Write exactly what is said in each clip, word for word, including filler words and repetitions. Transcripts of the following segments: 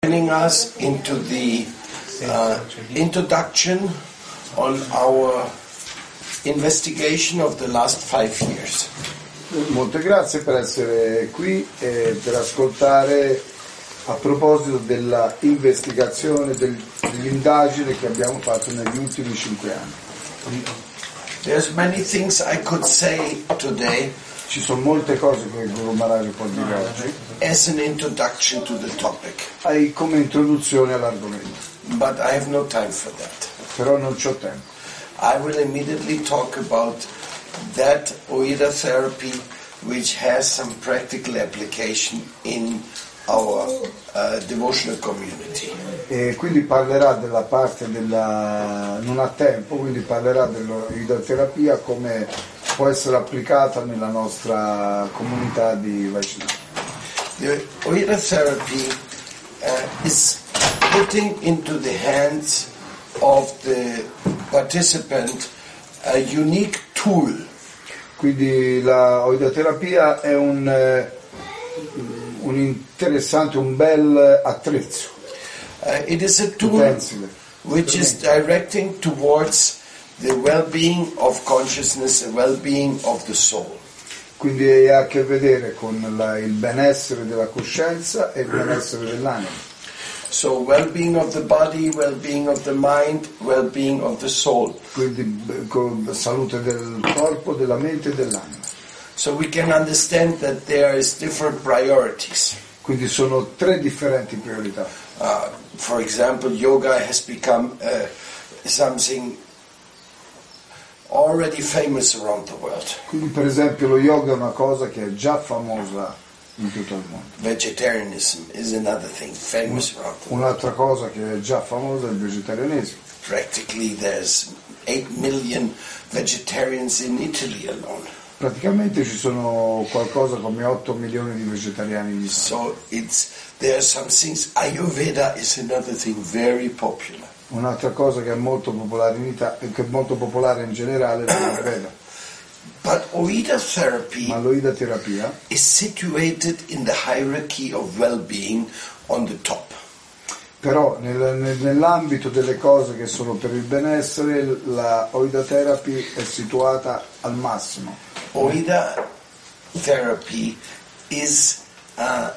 Bringing us into the uh, introduction on our investigation of the last five years. Molte grazie per essere qui e per ascoltare a proposito della investigazione, del, dell'indagine che abbiamo fatto negli ultimi cinque anni. There's many things I could say today. Ci sono molte cose che Guru Maharaj può dire oggi. As an introduction to the topic. Hai come introduzione all'argomento. But I have no time for that. Però non c'ho tempo. I will immediately talk about that Oida therapy which has some practical application in our uh, devotional community. E quindi parlerà della parte della non ha tempo, quindi parlerà dell'oidoterapia come può essere applicata nella nostra comunità di Vaishnava. The Oida therapy uh, is putting into the hands of the participant a unique tool. Quindi la oidoterapia è un, eh, un interessante, un bel attrezzo. Uh, it is a tool utensile. which is directing towards the well-being of consciousness, the well-being of the soul. Quindi ha a che vedere con la, il benessere della coscienza e il benessere dell'anima. So well-being of the body, well-being of the mind, well-being of the soul. Quindi con salute del corpo, della mente e dell'anima. So we can understand that there is different priorities. Quindi sono tre differenti priorità. Uh, for example, yoga has become uh, something already famous around the world. Quindi per esempio lo yoga è una cosa che è già famosa in tutto il mondo. Vegetarianism is another thing famous around the world. Un'altra cosa che è già famosa è il vegetarianesimo. Practically there's eight million vegetarians in Italy alone. Praticamente ci sono qualcosa come otto milioni di vegetariani in Italia. So it's there are some things. Ayurveda is another thing very popular. Un'altra cosa che è molto popolare in Italia, che è molto popolare in generale, è l'Ayurveda. But Oida therapy Ma l'oidoterapia is situated in the hierarchy of well-being on the top. però nel, nel, nell'ambito delle cose che sono per il benessere, la oidoterapia è situata al massimo. Oida therapy is uh,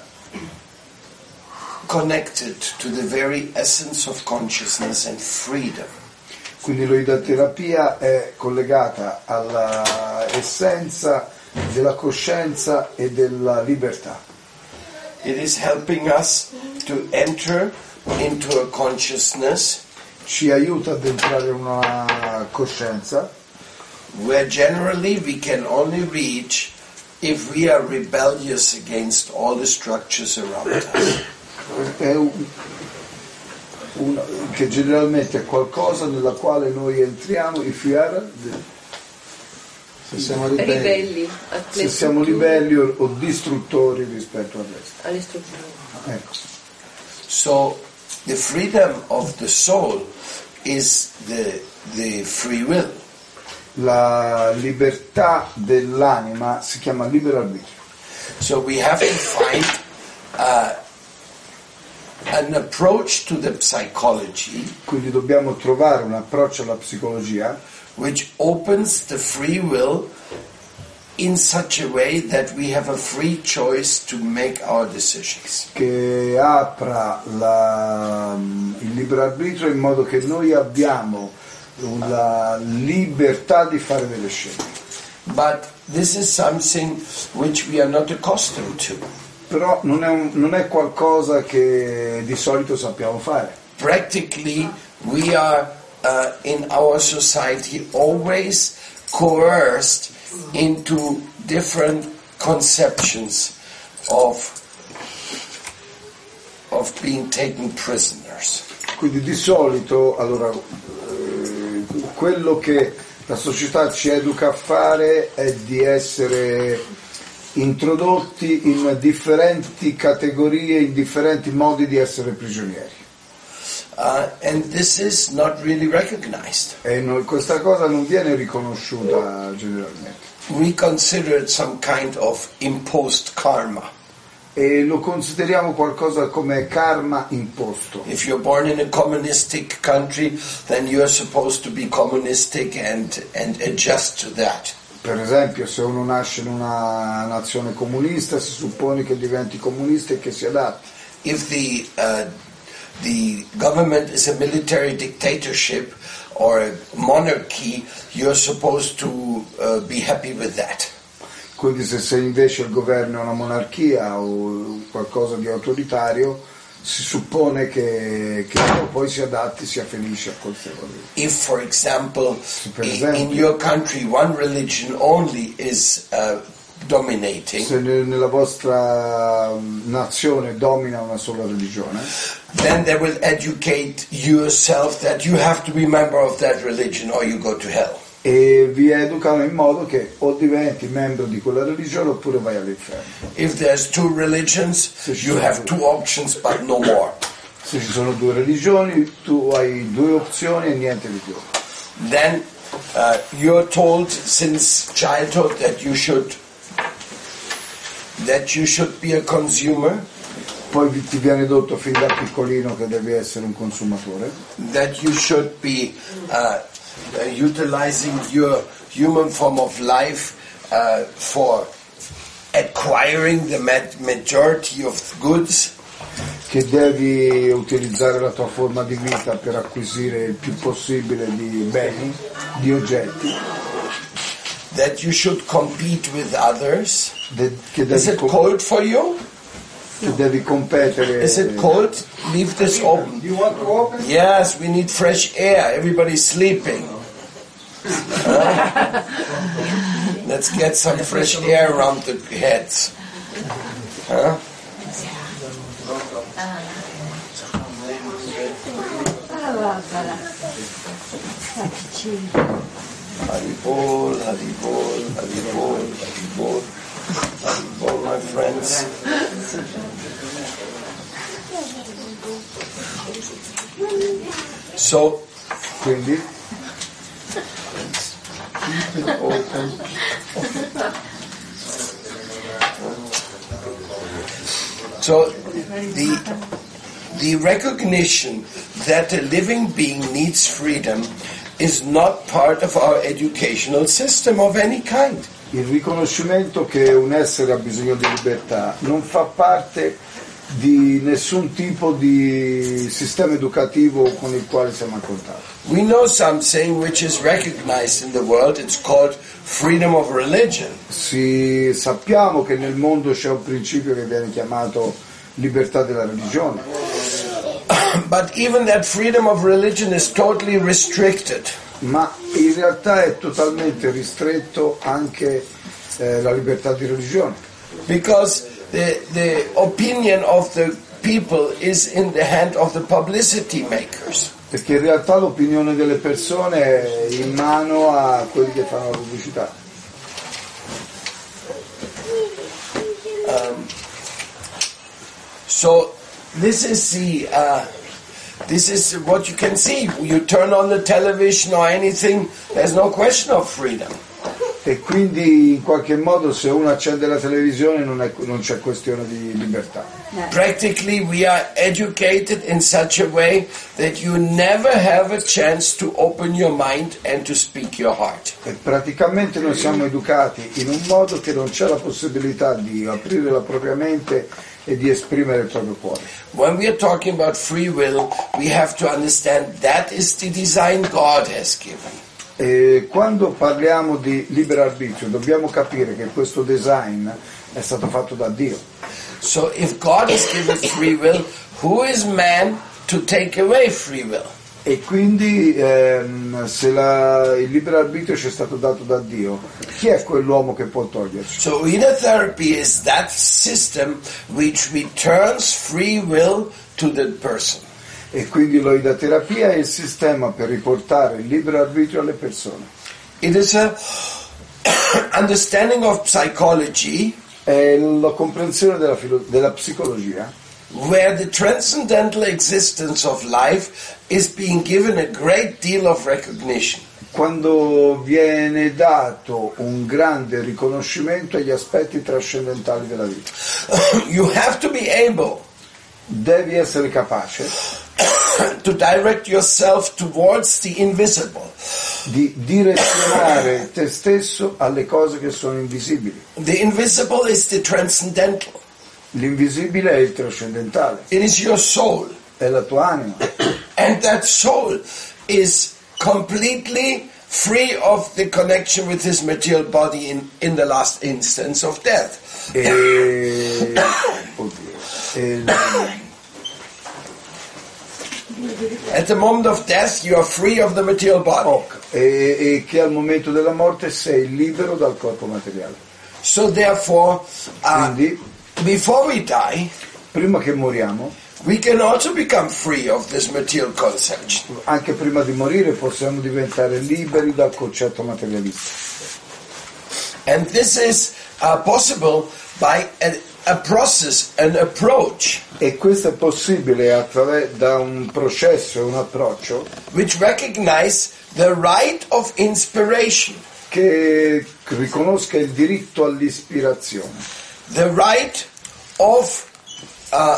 connected to the very essence of consciousness and freedom. Quindi l'oidoterapia è collegata alla essenza della coscienza e della libertà. It is helping us to enter into a consciousness Ci aiuta ad entrare in una coscienza where generally we can only reach if we are rebellious against all the structures around us. è un, una, che generalmente è qualcosa nella quale noi entriamo, if we are, se siamo ribelli, ribelli se siamo ribelli o, o distruttori rispetto al resto. alle strutture. Ecco. So the freedom of the soul is the the free will. La libertà dell'anima si chiama libero arbitrio. So we have to find uh, an approach to the psychology Quindi dobbiamo trovare un approccio alla psicologia which opens the free will in such a way that we have a free choice to make our decisions. che apra la, il libero arbitrio in modo che noi abbiamo la libertà di fare delle scelte. But this is something which we are not accustomed to. Però non è, un, non è qualcosa che di solito sappiamo fare. Practically, we are uh, in our society always coerced into different conceptions of of being taken prisoners. Quindi di solito, allora, eh, quello che la società ci educa a fare è di essere introdotti in differenti categorie, in differenti modi di essere prigionieri. Uh, and this is not really recognized. E no, questa cosa non viene riconosciuta generalmente. We consider it some kind of imposed karma. e lo consideriamo qualcosa come karma imposto. If you're born in a communistic country, then you're supposed to be communistic and, and adjust to that. Per esempio, se uno nasce in una nazione comunista, si suppone che diventi comunista e che si adatti. If the uh, the government is a military dictatorship or a monarchy, you're supposed to uh, be happy with that. Quindi se, se invece il governo è una monarchia o qualcosa di autoritario, si suppone che, che uno poi si adatti, sia felice a colpevolmente. If, for example, per in, esempio, in your country one religion only is uh, dominating, se nella vostra nazione domina una sola religione, then they will educate yourself that you have to be member of that religion or you go to hell. E vi educano in modo che o diventi membro di quella religione oppure vai all'inferno. If there's two religions, you have two options but no more. Se ci sono due religioni, tu hai due opzioni e niente di più. Then uh, you're told since childhood that you should that you should be a consumer. Poi ti viene detto fin da piccolino che devi essere un consumatore. That you should be uh, uh, utilizing your human form of life uh, for acquiring the majority of goods. Che devi utilizzare la tua forma di vita per acquisire il più possibile di beni, di oggetti. That you should compete with others. De- che devi Is it com- cold for you? Che devi competere. Is it cold? Leave this open. You want to open? Yes, we need fresh air. Everybody's sleeping. Huh? Let's get some fresh air around the heads. Huh? Haribol, Haribol, Haribol, Haribol, Haribol, my friends. So, quindi keep it open. So, the the recognition that a living being needs freedom is not part of our educational system of any kind. Il riconoscimento che un essere ha bisogno di libertà non fa parte di nessun tipo di sistema educativo con il quale siamo in contatto. We know something which is recognized in the world. It's called freedom of religion. Si, sappiamo che nel mondo c'è un principio che viene chiamato libertà della religione. But even that freedom of religion is totally restricted. Ma in realtà è totalmente ristretto anche eh, la libertà di religione. Because the, the opinion of the people is in the hand of the publicity makers. Perché in realtà l'opinione delle persone è in mano a quelli che fanno la pubblicità. Um, so this is the uh, this is what you can see. You turn on the television or anything, there's no question of freedom. E quindi in qualche modo se uno accende la televisione non, è, non c'è questione di libertà. Practically we are educated in such a way that you never have a chance to open your mind and to speak your heart. E praticamente noi siamo educati in un modo che non c'è la possibilità di aprire la propria mente e di esprimere il proprio cuore. When we are talking about free will, we have to understand that is the design God has given. E quando parliamo di libero arbitrio dobbiamo capire che questo design è stato fatto da Dio. So if God has given free will, who is man to take away free will? E quindi ehm, se la, il libero arbitrio ci è stato dato da Dio, chi è quell'uomo che può toglierci? So Ida therapy is that system which returns free will to the person. E quindi l'oidaterapia è il sistema per riportare il libero arbitrio alle persone. It is a understanding of psychology. È la comprensione della, filo- della psicologia, where the transcendental existence of life is being given a great deal of recognition. quando viene dato un grande riconoscimento agli aspetti trascendentali della vita. You have to be able Devi essere capace to direct yourself towards the invisible. di direzionare te stesso alle cose che sono invisibili. The invisible is the transcendental. L'invisibile è il trascendentale, It is your soul. è la tua anima. And that soul is completely free of the connection with this material body in, in the last instance of death. E, oddio, e, At the moment of death, you are free of the material body. ok, e, e che al momento della morte sei libero dal corpo materiale. So therefore, uh, Quindi, before we die, prima che moriamo, we can also become free of this material conception. anche prima di morire, possiamo diventare liberi dal concetto materialista. And this is uh, possible by a, a process, an approach, E questo è possibile attraverso da un processo e un approccio which recognize the right of inspiration, che riconosca il diritto all'ispirazione, the right of uh,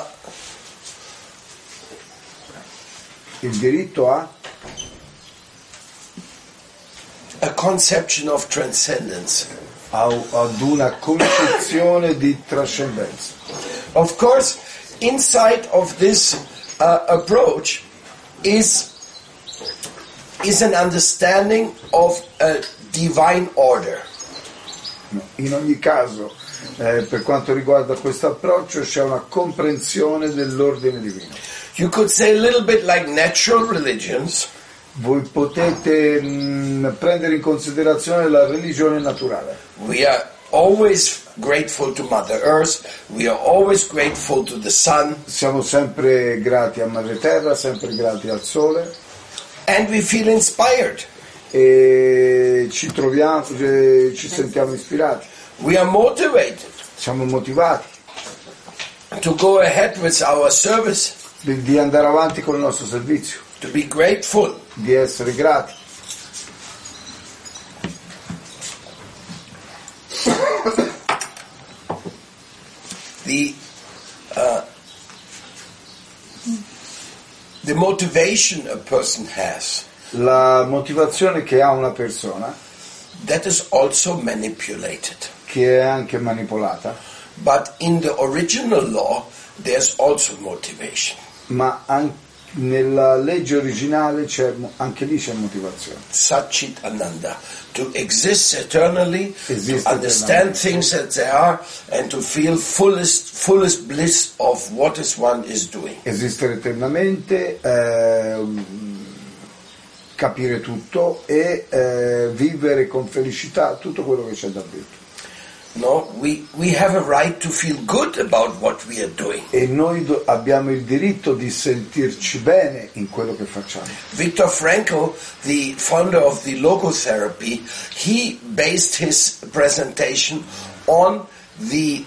il diritto a a conception of transcendence. a- ad una concezione di trascendenza. Of course, inside of this uh, approach is is an understanding of a divine order. In ogni caso, eh, per quanto riguarda questo approccio, c'è una comprensione dell'ordine divino. You could say a little bit like natural religions. Voi potete mh, prendere in considerazione la religione naturale. We are always grateful to Mother Earth. We are always grateful to the sun. Siamo sempre grati a Madre Terra, sempre grati al Sole And we feel inspired. e ci troviamo, eh, ci sentiamo ispirati, We are motivated siamo motivati to go ahead with our service, di, di andare avanti con il nostro servizio, to be grateful. di essere grati. The uh, the motivation a person has, La motivazione che ha una persona, that is also manipulated. che è anche manipolata, But in the original law, there's also motivation. ma anche nella legge originale c'è, anche lì c'è motivazione. Satchit Ananda, to exist eternally, Esiste to understand eternamente. things as they are, and to feel fullest fullest bliss of what is one is doing. Esistere eternamente, ehm, capire tutto e eh, vivere con felicità tutto quello che c'è da vivere. No, we we have a right to feel good about what we are doing. E noi do- abbiamo il diritto di sentirci bene in quello che facciamo. Viktor Frankl, the founder of the logotherapy, he based his presentation on the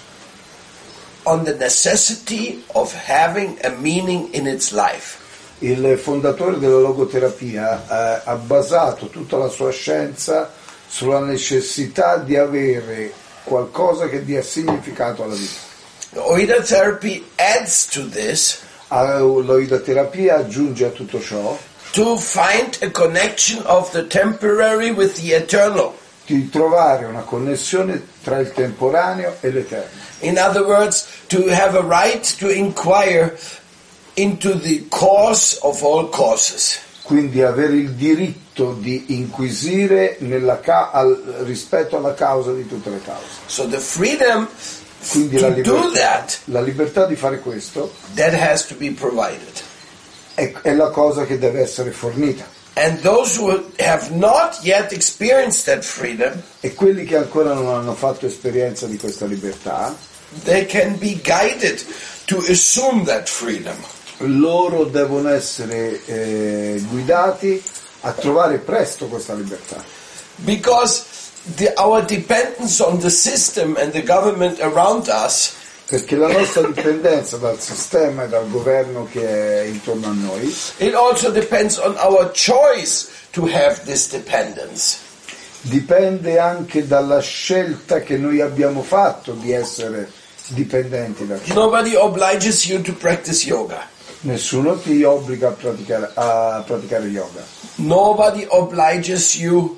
on the necessity of having a meaning in its life. Il fondatore della logoterapia eh, ha basato tutta la sua scienza sulla necessità di avere qualcosa che dia significato alla vita. Oida therapy adds to this L'oidoterapia aggiunge a tutto ciò to find a connection of the temporary with the eternal. di trovare una connessione tra il temporaneo e l'eterno. In other words, to have a right to inquire into the cause of all causes. Quindi avere il diritto di inquisire nella ca- al, rispetto alla causa di tutte le cause. So the freedom Quindi la to do libertà, that, la libertà di fare questo that has to be provided. è, è la cosa che deve essere fornita. And those who have not yet experienced that freedom, E quelli che ancora non hanno fatto esperienza di questa libertà, they can be guided to assume that freedom. loro devono essere eh, guidati a trovare presto questa libertà. Because the, our dependence on the system and the government around us Perché la nostra dipendenza dal sistema e dal governo che è intorno a noi, it also depends on our choice to have this dependence. dipende anche dalla scelta che noi abbiamo fatto di essere dipendenti da Dio. Nobody obliges you to practice yoga. Nessuno ti obbliga a praticare, a praticare yoga. Nobody obliges you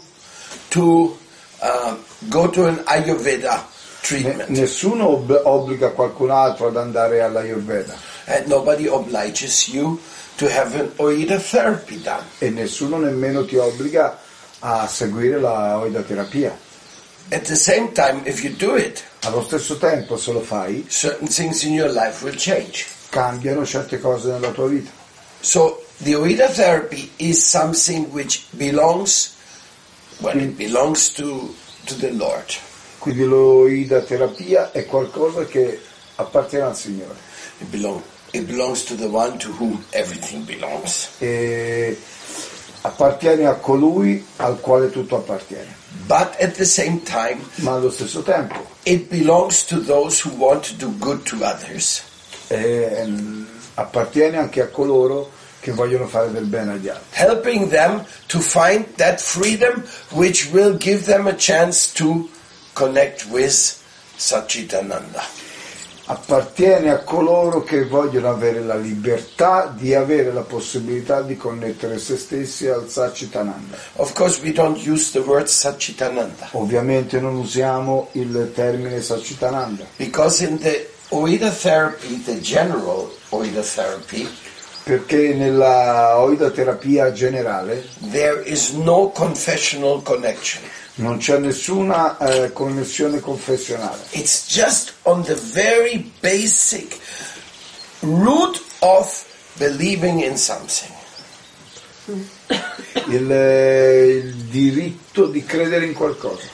to uh, go to an Ayurveda treatment. Ne- nessuno ob- obbliga qualcun altro ad andare all'Ayurveda And nobody obliges you to have an Oida therapy done. e nessuno nemmeno ti obbliga a seguire la oidaterapia. At the same time, if you do it, Allo stesso tempo, se lo fai, certain things in your life will change. cambiano certe cose nella tua vita. So the Oida therapy is something which belongs, well, it belongs to, to the Lord. Quindi l'oidaterapia è qualcosa che appartiene al Signore It, belong, it belongs to the one to whom everything belongs. e appartiene a colui al quale tutto appartiene. But at the same time, Ma allo stesso tempo it belongs to those who want to do good to others. eh, appartiene anche a coloro che vogliono fare del bene agli altri, Helping them to find that freedom which will give them a chance to connect with Satchitananda. appartiene a coloro che vogliono avere la libertà di avere la possibilità di connettere se stessi al Satchitananda. Of course, we don't use the word Satchitananda Ovviamente non usiamo il termine Satchitananda, because in the Oida therapy, the general Oida therapy, perché nella oidaterapia generale there is no confessional connection. non c'è nessuna eh, connessione confessionale. It's just on the very basic root of believing in something. Il, eh, il diritto di credere in qualcosa.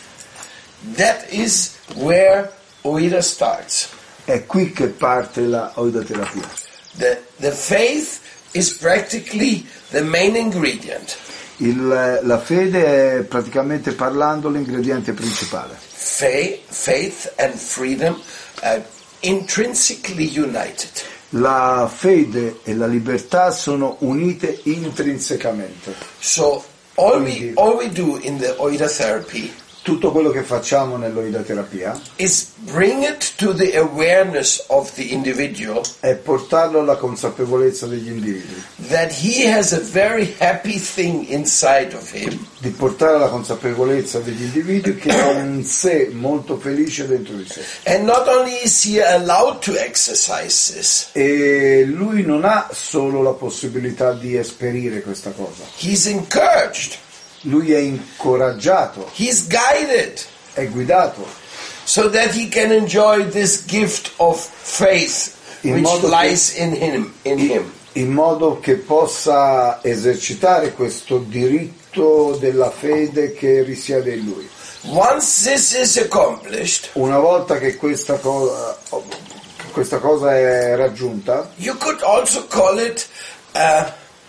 That is where Oida starts. È qui che parte la oidaterapia. The, the faith is practically the main ingredient. Il, la fede è praticamente parlando l'ingrediente principale. Faith, faith and freedom are intrinsically united. La fede e la libertà sono unite intrinsecamente. So all we, Quindi- all we do in the Oida therapy Tutto quello che facciamo nell'oidaterapia is bring it to the awareness of the individual è portarlo alla consapevolezza degli individui, that he has a very happy thing inside of him, di portare alla consapevolezza degli individui che ha un sé molto felice dentro di sé. and not only is he allowed to exercise this, E lui non ha solo la possibilità di esperire questa cosa, he's encouraged, lui è incoraggiato, he's guided, è guidato, so that he can enjoy this gift of faith In which modo che- lies in him, in him. in modo che possa esercitare questo diritto della fede che risiede in lui. Once this is accomplished, Una volta che questa cosa, questa cosa è raggiunta, you could also call it uh,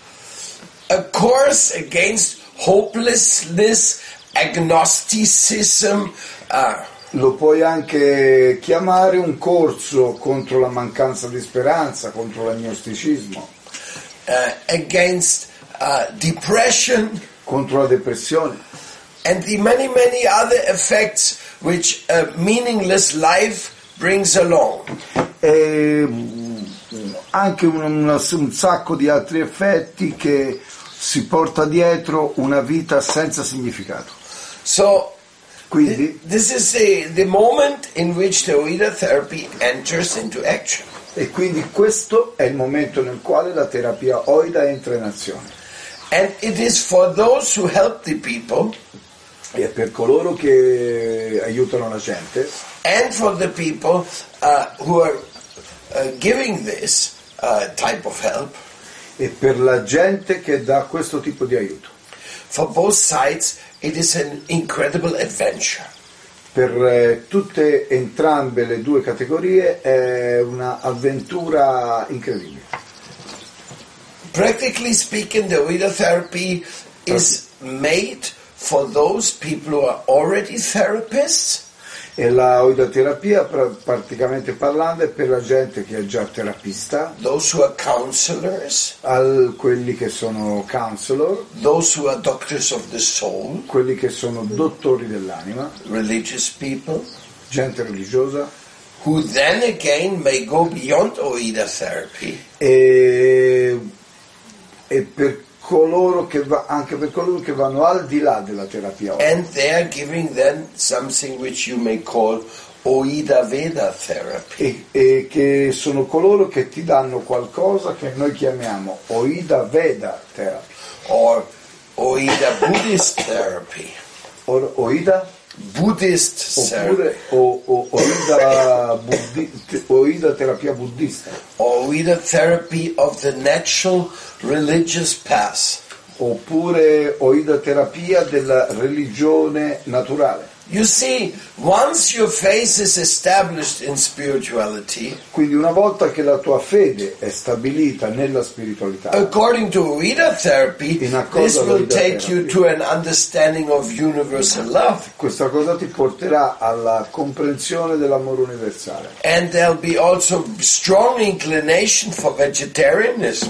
a course against hopelessness, agnosticism, uh, lo puoi anche chiamare un corso contro la mancanza di speranza, contro l'agnosticismo, uh, against uh, depression, contro la depressione and the many, many other effects which a meaningless life brings along. e mm, anche un, un, un sacco di altri effetti che si porta dietro una vita senza significato. So, Quindi, this is the, the moment in which the Oida therapy enters into action. e quindi questo è il momento nel quale la terapia oida entra in azione. And it is for those who help the people E per coloro che aiutano la gente and for the people uh, who are uh, giving this uh, type of help, e per la gente che dà questo tipo di aiuto. for both sides, it is an incredible adventure. Per eh, tutte entrambe le due categorie è un'avventura incredibile. Practically speaking, the Oida therapy is made for those people who are already therapists E la oidaterapia, pra- praticamente parlando, è per la gente che è già terapista, those who are counselors, al quelli che sono counselor, those who are doctors of the soul, quelli che sono dottori dell'anima, religious people, gente religiosa, who then again may go beyond Oida therapy e, e per coloro che va, anche per coloro che vanno al di là della terapia and they are giving then something which you may call Oida Veda therapy. e, e che sono coloro che ti danno qualcosa che noi chiamiamo Oida Veda therapy or Oida Buddhist therapy, o, Oida Buddhist therapy, oppure o, o, Oida, buddi, Oida terapia buddista or Oida therapy of the natural religious path. oppure Oida terapia della religione naturale. You see, once your faith is established in spirituality, Quindi una volta che la tua fede è stabilita nella spiritualità, according to Oida therapy, In accordo this will all'Oida take you therapy. to an understanding of universal love. questa cosa ti porterà alla comprensione dell'amore universale And there'll be also strong inclination for vegetarianism.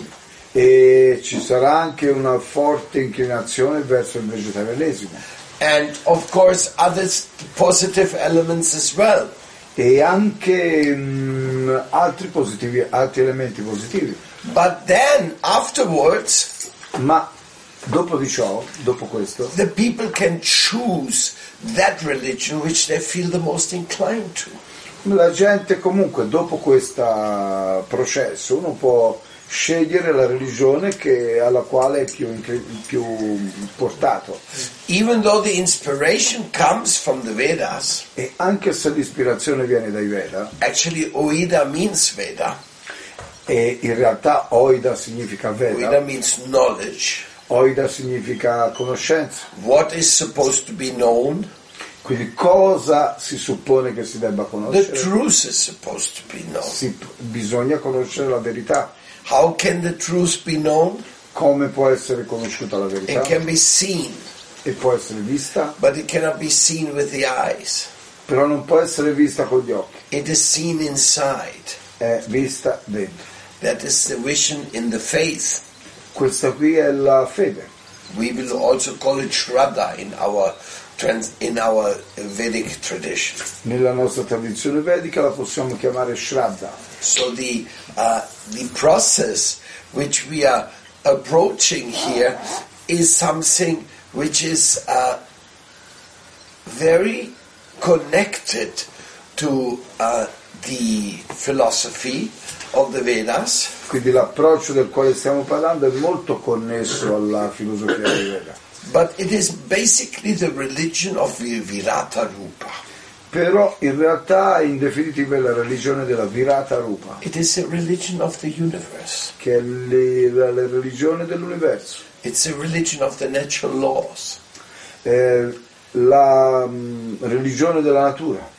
e ci sarà anche una forte inclinazione verso il vegetarianesimo And of course other positive elements as well. e anche mh, altri positivi, altri elementi positivi. But then afterwards, Ma dopo di ciò, dopo questo, the people can choose that religion which they feel the most inclined to. la gente comunque dopo questo processo uno può scegliere la religione che, alla quale è più, incli- più portato. Even though the inspiration comes from the Vedas, E anche se l'ispirazione viene dai Veda, actually Oida means Veda. e in realtà Oida significa Oida Veda, means knowledge. Oida significa conoscenza, What is supposed to be known? quindi cosa si suppone che si debba The conoscere? truth is supposed to be known. Si, bisogna conoscere la verità. How can the truth be known? Come può essere conosciuta la It verità? can be seen, E può essere vista, but it cannot be seen with the eyes. però non può essere vista con gli occhi, It is seen inside. è vista dentro. That is the vision in the faith. Questa qui è la fede. We will also call it Shraddha in our trans, in our Vedic tradition. Nella nostra tradizione vedica la possiamo chiamare Shraddha. So the uh, the process which we are approaching here is something which is uh, very connected to uh, the philosophy of the Vedas, Quindi l'approccio del quale stiamo parlando è molto connesso alla filosofia dei Veda. but it is basically the religion of Virata Rupa. Però in realtà in definitiva è la religione della Virata Rupa, It is a religion of the universe. che è le- la, la religione dell'universo. It's a religion of the natural laws. È la mm, religione della natura,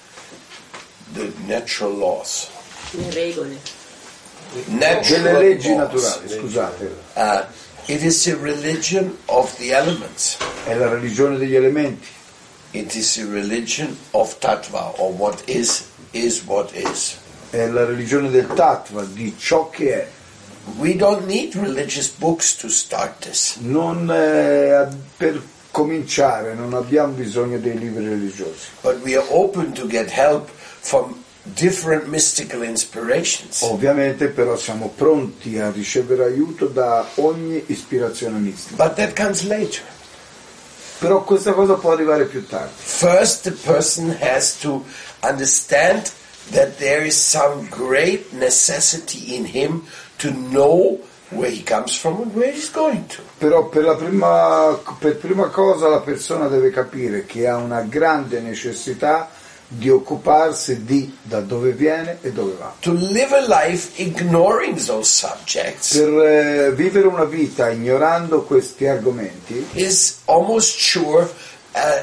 The natural laws. Le regole. Natural delle leggi laws. naturali, scusate. Uh, it is a religion of the elements. È la religione degli elementi, It is a religion of tattva, or what is, is what is. è la religione del tattva, di ciò che è. We don't need religious books to start this. Non eh, per cominciare non abbiamo bisogno dei libri religiosi, But we are open to get help from different mystical inspirations. ovviamente però siamo pronti a ricevere aiuto da ogni ispirazione mistica. But that comes later. Però questa cosa può arrivare più tardi. First, the person has to understand that there is some great necessity in him to know where he comes from and where he's going to. Però per, la prima, per prima cosa la persona deve capire che ha una grande necessità di occuparsi di da dove viene e dove va. To live a life ignoring those subjects Per eh, vivere una vita ignorando questi argomenti is almost sure a,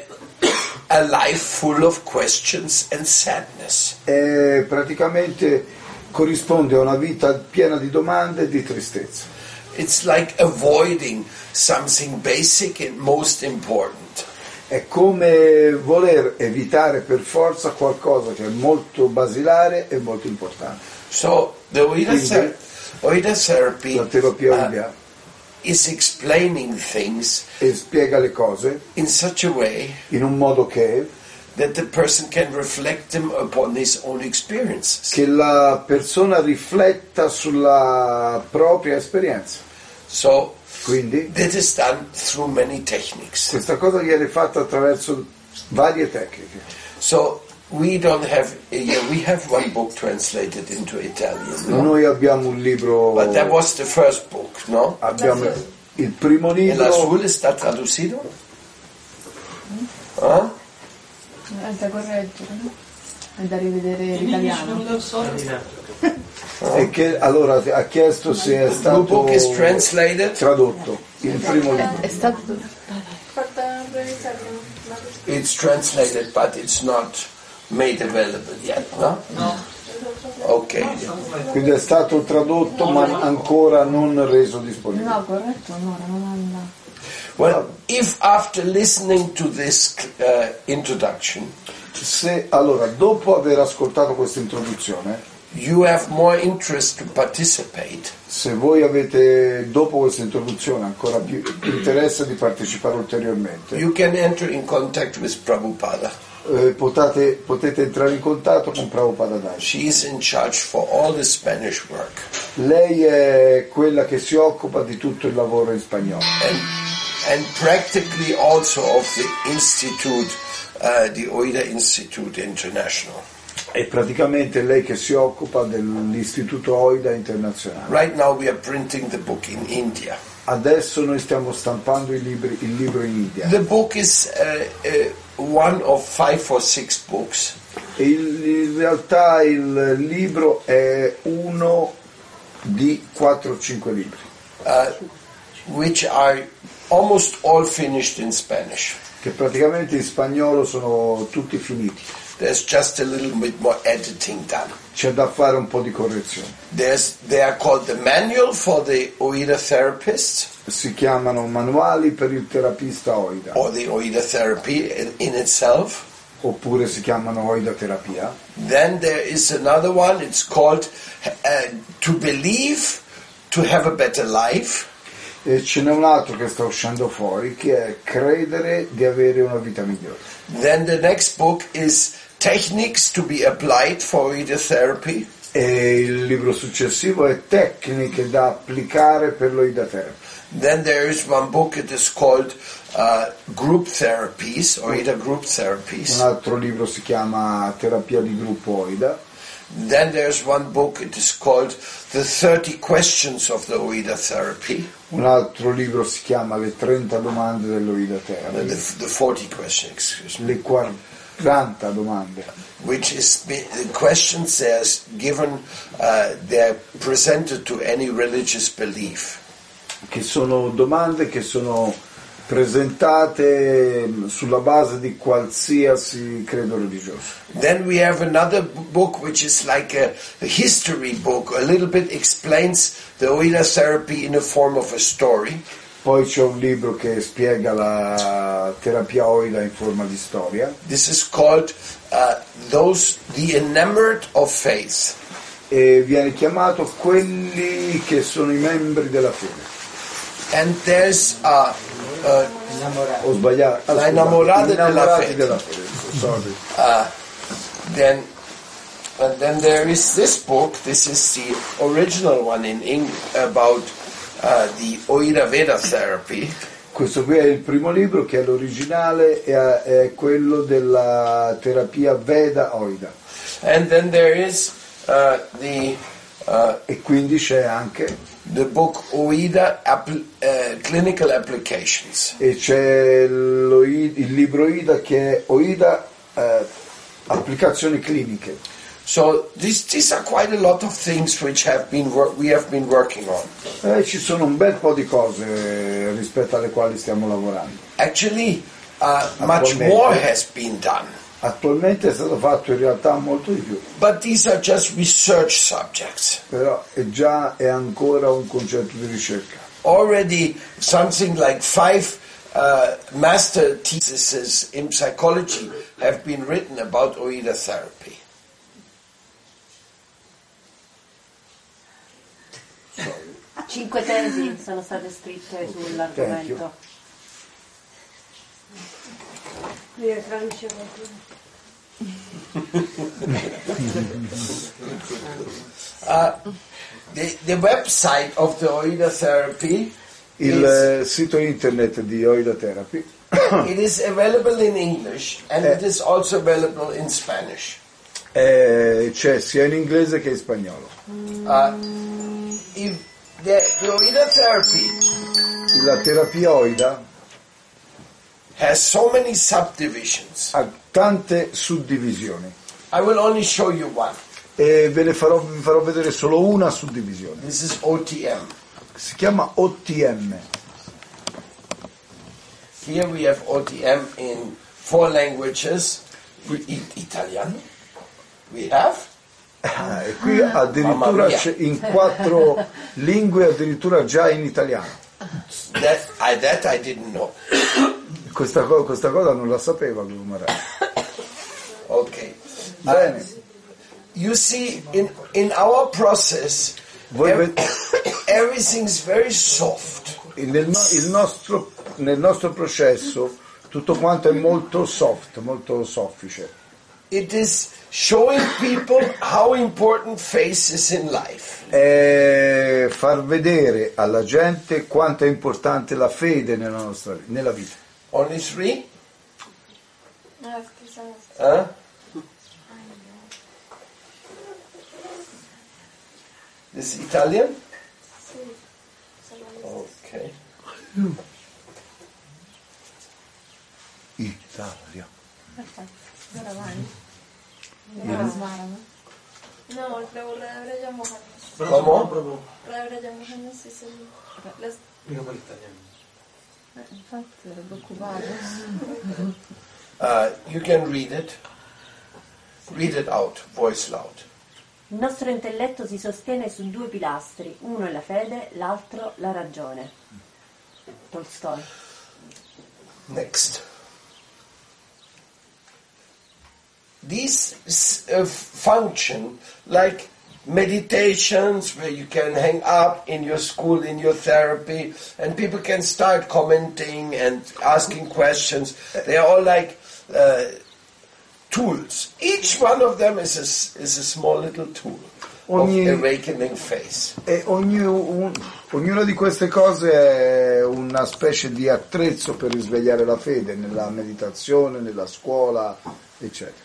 a, a life full of questions and sadness. è praticamente corrisponde a una vita piena di domande e di tristezza. It's like avoiding something basic and most important. è come voler evitare per forza qualcosa che è molto basilare e molto importante. So the Oida, ther- Oida therapy La terapia uh, Oida is explaining things e spiega le cose in such a way in un modo che, that the person can reflect them upon his own experiences. che la persona rifletta sulla propria esperienza. So Quindi that is done through many techniques. questa cosa viene fatta attraverso varie tecniche. So we don't have, yeah, we have one book translated into Italian, no? Noi abbiamo un libro, But that was the first book, no? abbiamo il primo El libro, azul está traducido? Ah? È da correggere, no? È da rivedere l'italiano. e che allora ha chiesto se è The stato book is translated. tradotto il primo È, libro. è stato... It's translated, but it's not made available yet, no? No. Okay. Quindi è stato tradotto ma ancora non reso disponibile. No, corretto, no, non anda. Well, if after listening to this uh, introduction, Se allora dopo aver ascoltato questa introduzione, you have more interest to participate, se voi avete dopo questa introduzione ancora più interesse di partecipare ulteriormente, you can enter in contact with Prabhupada. eh, potete, potete entrare in contatto con Prabhupada Dai. She is in charge for all the Spanish work. Lei è quella che si occupa di tutto il lavoro in spagnolo And, and practically also of the institute, uh, the Oida Institute International. e praticamente è lei che si occupa dell'Istituto Oida Internazionale. Right now we are printing the book in India. Adesso noi stiamo stampando i libri, il libro in India. The book is uh, uh, one of five or six books. E il- in realtà il libro è uno di quattro o cinque libri, Uh, which are almost all finished in Spanish. che praticamente in spagnolo sono tutti finiti. There's just a little bit more editing done. C'è da fare un po' di correzione. There's, they are called the Manual for the Oida Therapists, Si chiamano manuali per il terapista Oida, or the Oida Therapy in, in itself. oppure si chiamano Oida terapia. Then there is another one, it's called uh, To Believe, to Have a Better Life. E ce n'è un altro che sta uscendo fuori, che è credere di avere una vita migliore. Then the next book is Techniques to be Applied for Oida Therapy. E il libro successivo è tecniche da applicare per l'Oida terapia. Then there is one book, it is called uh, Group Therapies, Oida Group Un Therapies. altro libro si chiama Terapia di gruppo Oida. Then there's one book, it is called The thirty Questions of the Oida Therapy, Un altro libro si chiama Le trenta domande dell'Oida uh, terapia. the, the forty questions, excuse me, Le quaranta domande, which is be- the questions they're given, uh, they're presented to any religious belief. che sono domande che sono presentate sulla base di qualsiasi credo religioso. Then we have another b- book which is like a, a history book, a little bit explains the Oida therapy in the form of a story. Poi c'è un libro che spiega la terapia Oida in forma di storia This is called uh, Those the Enamored of Faith. e viene chiamato Quelli che sono i membri della fede. And there's uh, uh, Ho sbagliato. Ah, La scusa, innamorata della innamorati fede. della fede. Sorry. uh, then and then there is this book. This is the original one in Eng- about uh, the Oida Veda therapy. Questo qui è il primo libro che è l'originale, è, è quello della terapia Veda Oida. And then there is uh, the uh, E quindi c'è anche the book Oida Appl- uh, Clinical Applications. e c'è l'Oi- il libro Oida che è Oida eh, applicazioni cliniche. So these these are quite a lot of things which have been wor- we have been working on. Eh, ci sono un bel po' di cose rispetto alle quali stiamo lavorando. Actually, uh, much Attualmente. more has been done. Attualmente è stato fatto in realtà molto di più, But these are just research subjects. però è già è ancora un concetto di ricerca. Already something like five uh, master theses in psychology have been written about Oida therapy. Cinque tesi sono state scritte sull'argomento. Io traduce qualcuno. uh, the, the website of the Oida therapy, Il is, sito internet di Oida Therapy it is available in English and Eh. it is also available in Spanish. eh, c'è sia in inglese che in spagnolo. Uh, if the, the Oida therapy La terapia Oida has so many subdivisions. ha tante suddivisioni I will only show you one. e ve ne farò, vi farò vedere solo una suddivisione. This is O T M. Si chiama O T M. Here we have O T M in four languages. I- Italiano. We have. Ah, e qui Mamma addirittura mia. c'è in quattro lingue, addirittura già in italiano. That I, that I didn't know. Questa, co- questa cosa non la sapeva Guru Maharaj. Okay. Bene, You see, in, in our process, Voi ev- ve- everything's very soft. nel, no- il nostro, nel nostro processo tutto quanto è molto soft, molto soffice. It is showing people how important faith is in life. È far vedere alla gente quanto è importante la fede nella nostra nella vita. Only three? No, scusa. Huh? This Italian? Sì. Sono Okay. Italia. Perfetto. Ora avanti. Ora svarano. No, il vorrei leggiamo Hannes. Come? Vorrei leggiamo Hannes e se le Mica quello italiano. Eh, infatti ero preoccupato. Uh, you can read it. Read it out, voice loud. Il nostro intelletto si sostiene su due pilastri, uno è la fede, l'altro la ragione. Tolstoi. Next. These uh, function like meditations where you can hang up in your school, in your therapy, and people can start commenting and asking questions. They are all like uh, tools. Each one of them is a, s- is a small little tool Ogni- of awakening faith. E ogni, un- ognuna di queste cose è una specie di attrezzo per risvegliare la fede nella meditazione, nella scuola, eccetera.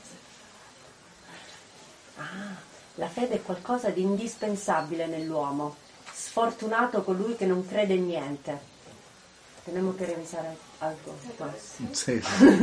La fede è qualcosa di indispensabile nell'uomo. Sfortunato colui che non crede in niente. Tenemos che revisare algo más. Sì.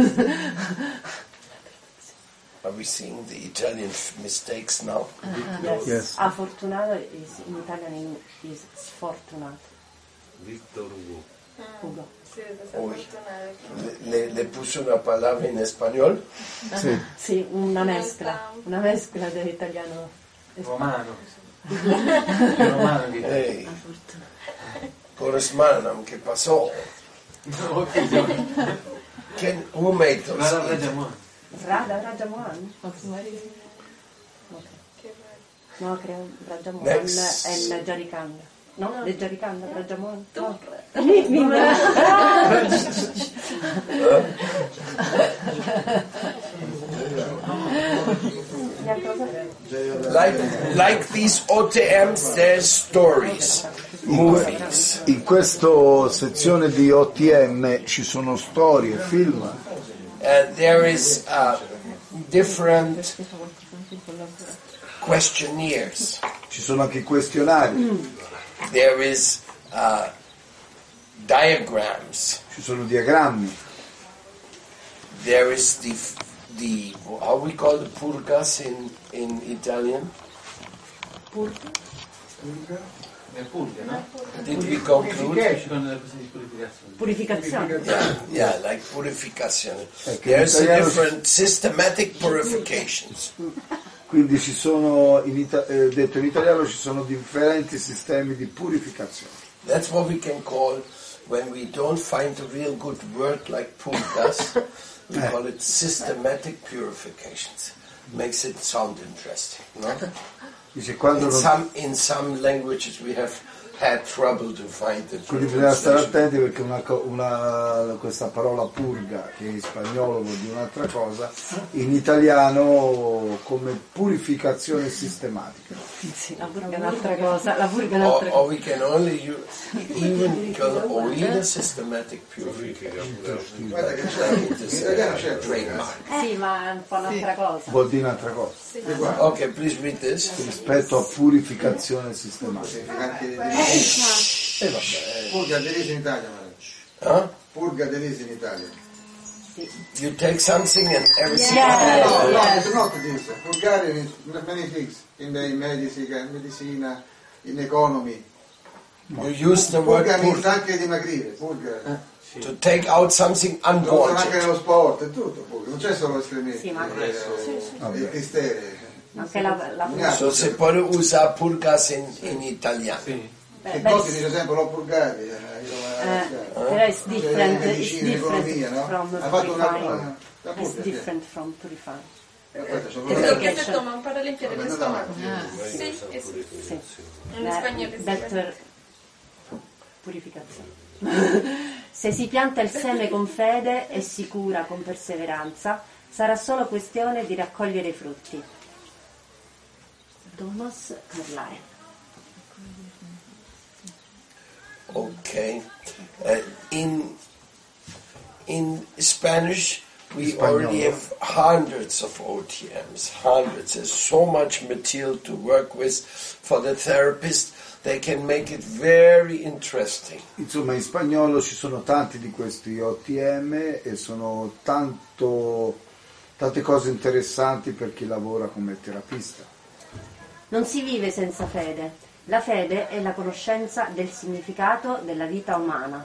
Are we seeing the Italian f- mistakes now? Yes. Yes. Ah, fortunato is, in Italian is sfortunato. Victor Hugo. Ugo. sì, questa Ui. fortuna è che- Le, le puso una palabra in español. Sì. Sì, una mescla, una mescla dell'italiano. Romano. Il romano che... Hey, Koresmanam, che pasó? No, figlio. Can, who made those? Rada Rajamohan. Rada Rajamohan? Posso marito? Ok. che bello. No, creo Rajamohan Next. è il Jarikanda. No, il Jarikanda, Rajamohan. No. Like, like these O T Ms, there's stories, movies. In questa sezione di O T M ci sono storie, film, And there is uh, different questionnaires. ci sono anche questionari, There is uh, diagrams. ci sono diagrammi, There is the the how we call the purgas in in Italian. Nel Puglia, no? Did we conclude? Ci sono le cose di purificazione. Purificazione. Yeah, yeah, like purificazione. Ecco, There's in a italiano different systematic purifications. quindi ci sono, in ita- eh, detto in italiano, ci sono differenti sistemi di purificazione. That's what we can call when we don't find a real good word like purgas, we Eh. call it systematic purifications. Makes it sound interesting, no? Dice quando In non, some, in some languages we have had trouble to find the quindi bisogna stare translation. attenti perché una, co- una- questa parola purga, che in spagnolo vuol dire un'altra cosa, in italiano come purificazione sistematica. Sì, la purga è un'altra cosa, la purga è Or, un'altra or cosa. we can only use, even call oida systematic purification. Guarda che c'è, in This, italiano uh, c'è trademark. Sì, ma è un po' un'altra cosa. Vuol dire un'altra cosa. Okay, please read this. Rispetto a purificazione sistematica. significanti di E vabbè, purga derisa in Italia, ma Huh? purga derisa in Italia. You take something and everything. Yeah. No, no, yes. it's not this. Purgare in many things, in the medicina, in medicina, in economy. You use the word Purga means purga anche dimagrire, purga. to take out something Lo uso anche unwanted. nello sport, è tutto purga, non c'è solo escrementi. Sì, ma- eh, Vabbè. il cristere. Anche la, la Yeah. So se può usare purgas in, in italiano. Sì. beh, E beh, Totti dice sempre l'ho purgati. eh, io eh, lo- però è Cioè, different, in it's medicina, in different economia, no? from Ha fatto una- purifying. una- la It's purga, sì. different from purifying. Eh, questo sono Perché- Quello problemi. che si toman para limpiare il Vabbè, stomaco. no, Sì, e sì. Sì. In spagnolo si Better purificazione. Se si pianta il seme con fede e si cura con perseveranza, sarà solo questione di raccogliere i frutti. Thomas Carlyle. Okay. Uh, in in Spanish, we Español. already have hundreds of O T Ms, hundreds. There's so much material to work with for the therapist. They can make it very interesting. insomma in spagnolo ci sono tanti di questi O T M e sono tanto, tante cose interessanti per chi lavora come terapista. Non si vive senza fede. La fede è la conoscenza del significato della vita umana.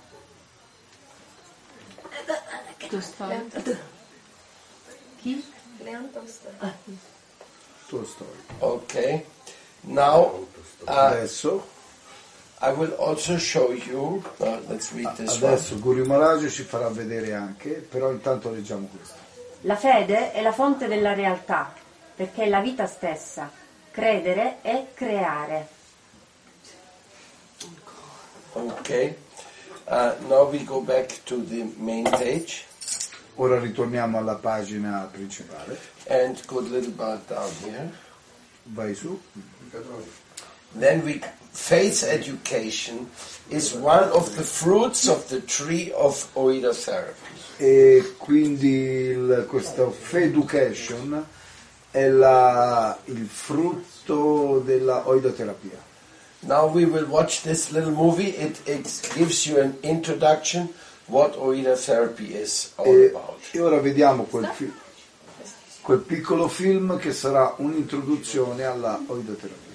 Tolstoi. Chi? Leon Tolstoi. Tua storia. Okay. Now, uh, Adesso, I will also show you. Uh, let's read this one. adesso Guru Maharaj ci farà vedere anche, però intanto leggiamo questo. La fede è la fonte della realtà, perché è la vita stessa. Credere è creare. Okay. Uh, now we go back to the main page Ora ritorniamo alla pagina principale. and go a little bit down here. Vai su. Then we faith education is one of the fruits of the tree of Oida therapy. E quindi il, questo Feducation è la, il frutto della oidoterapia. Now we will watch this little movie. It, it gives you an introduction what Oida therapy is all E, about. e ora vediamo quel, fi- quel piccolo film che sarà un'introduzione alla oidoterapia.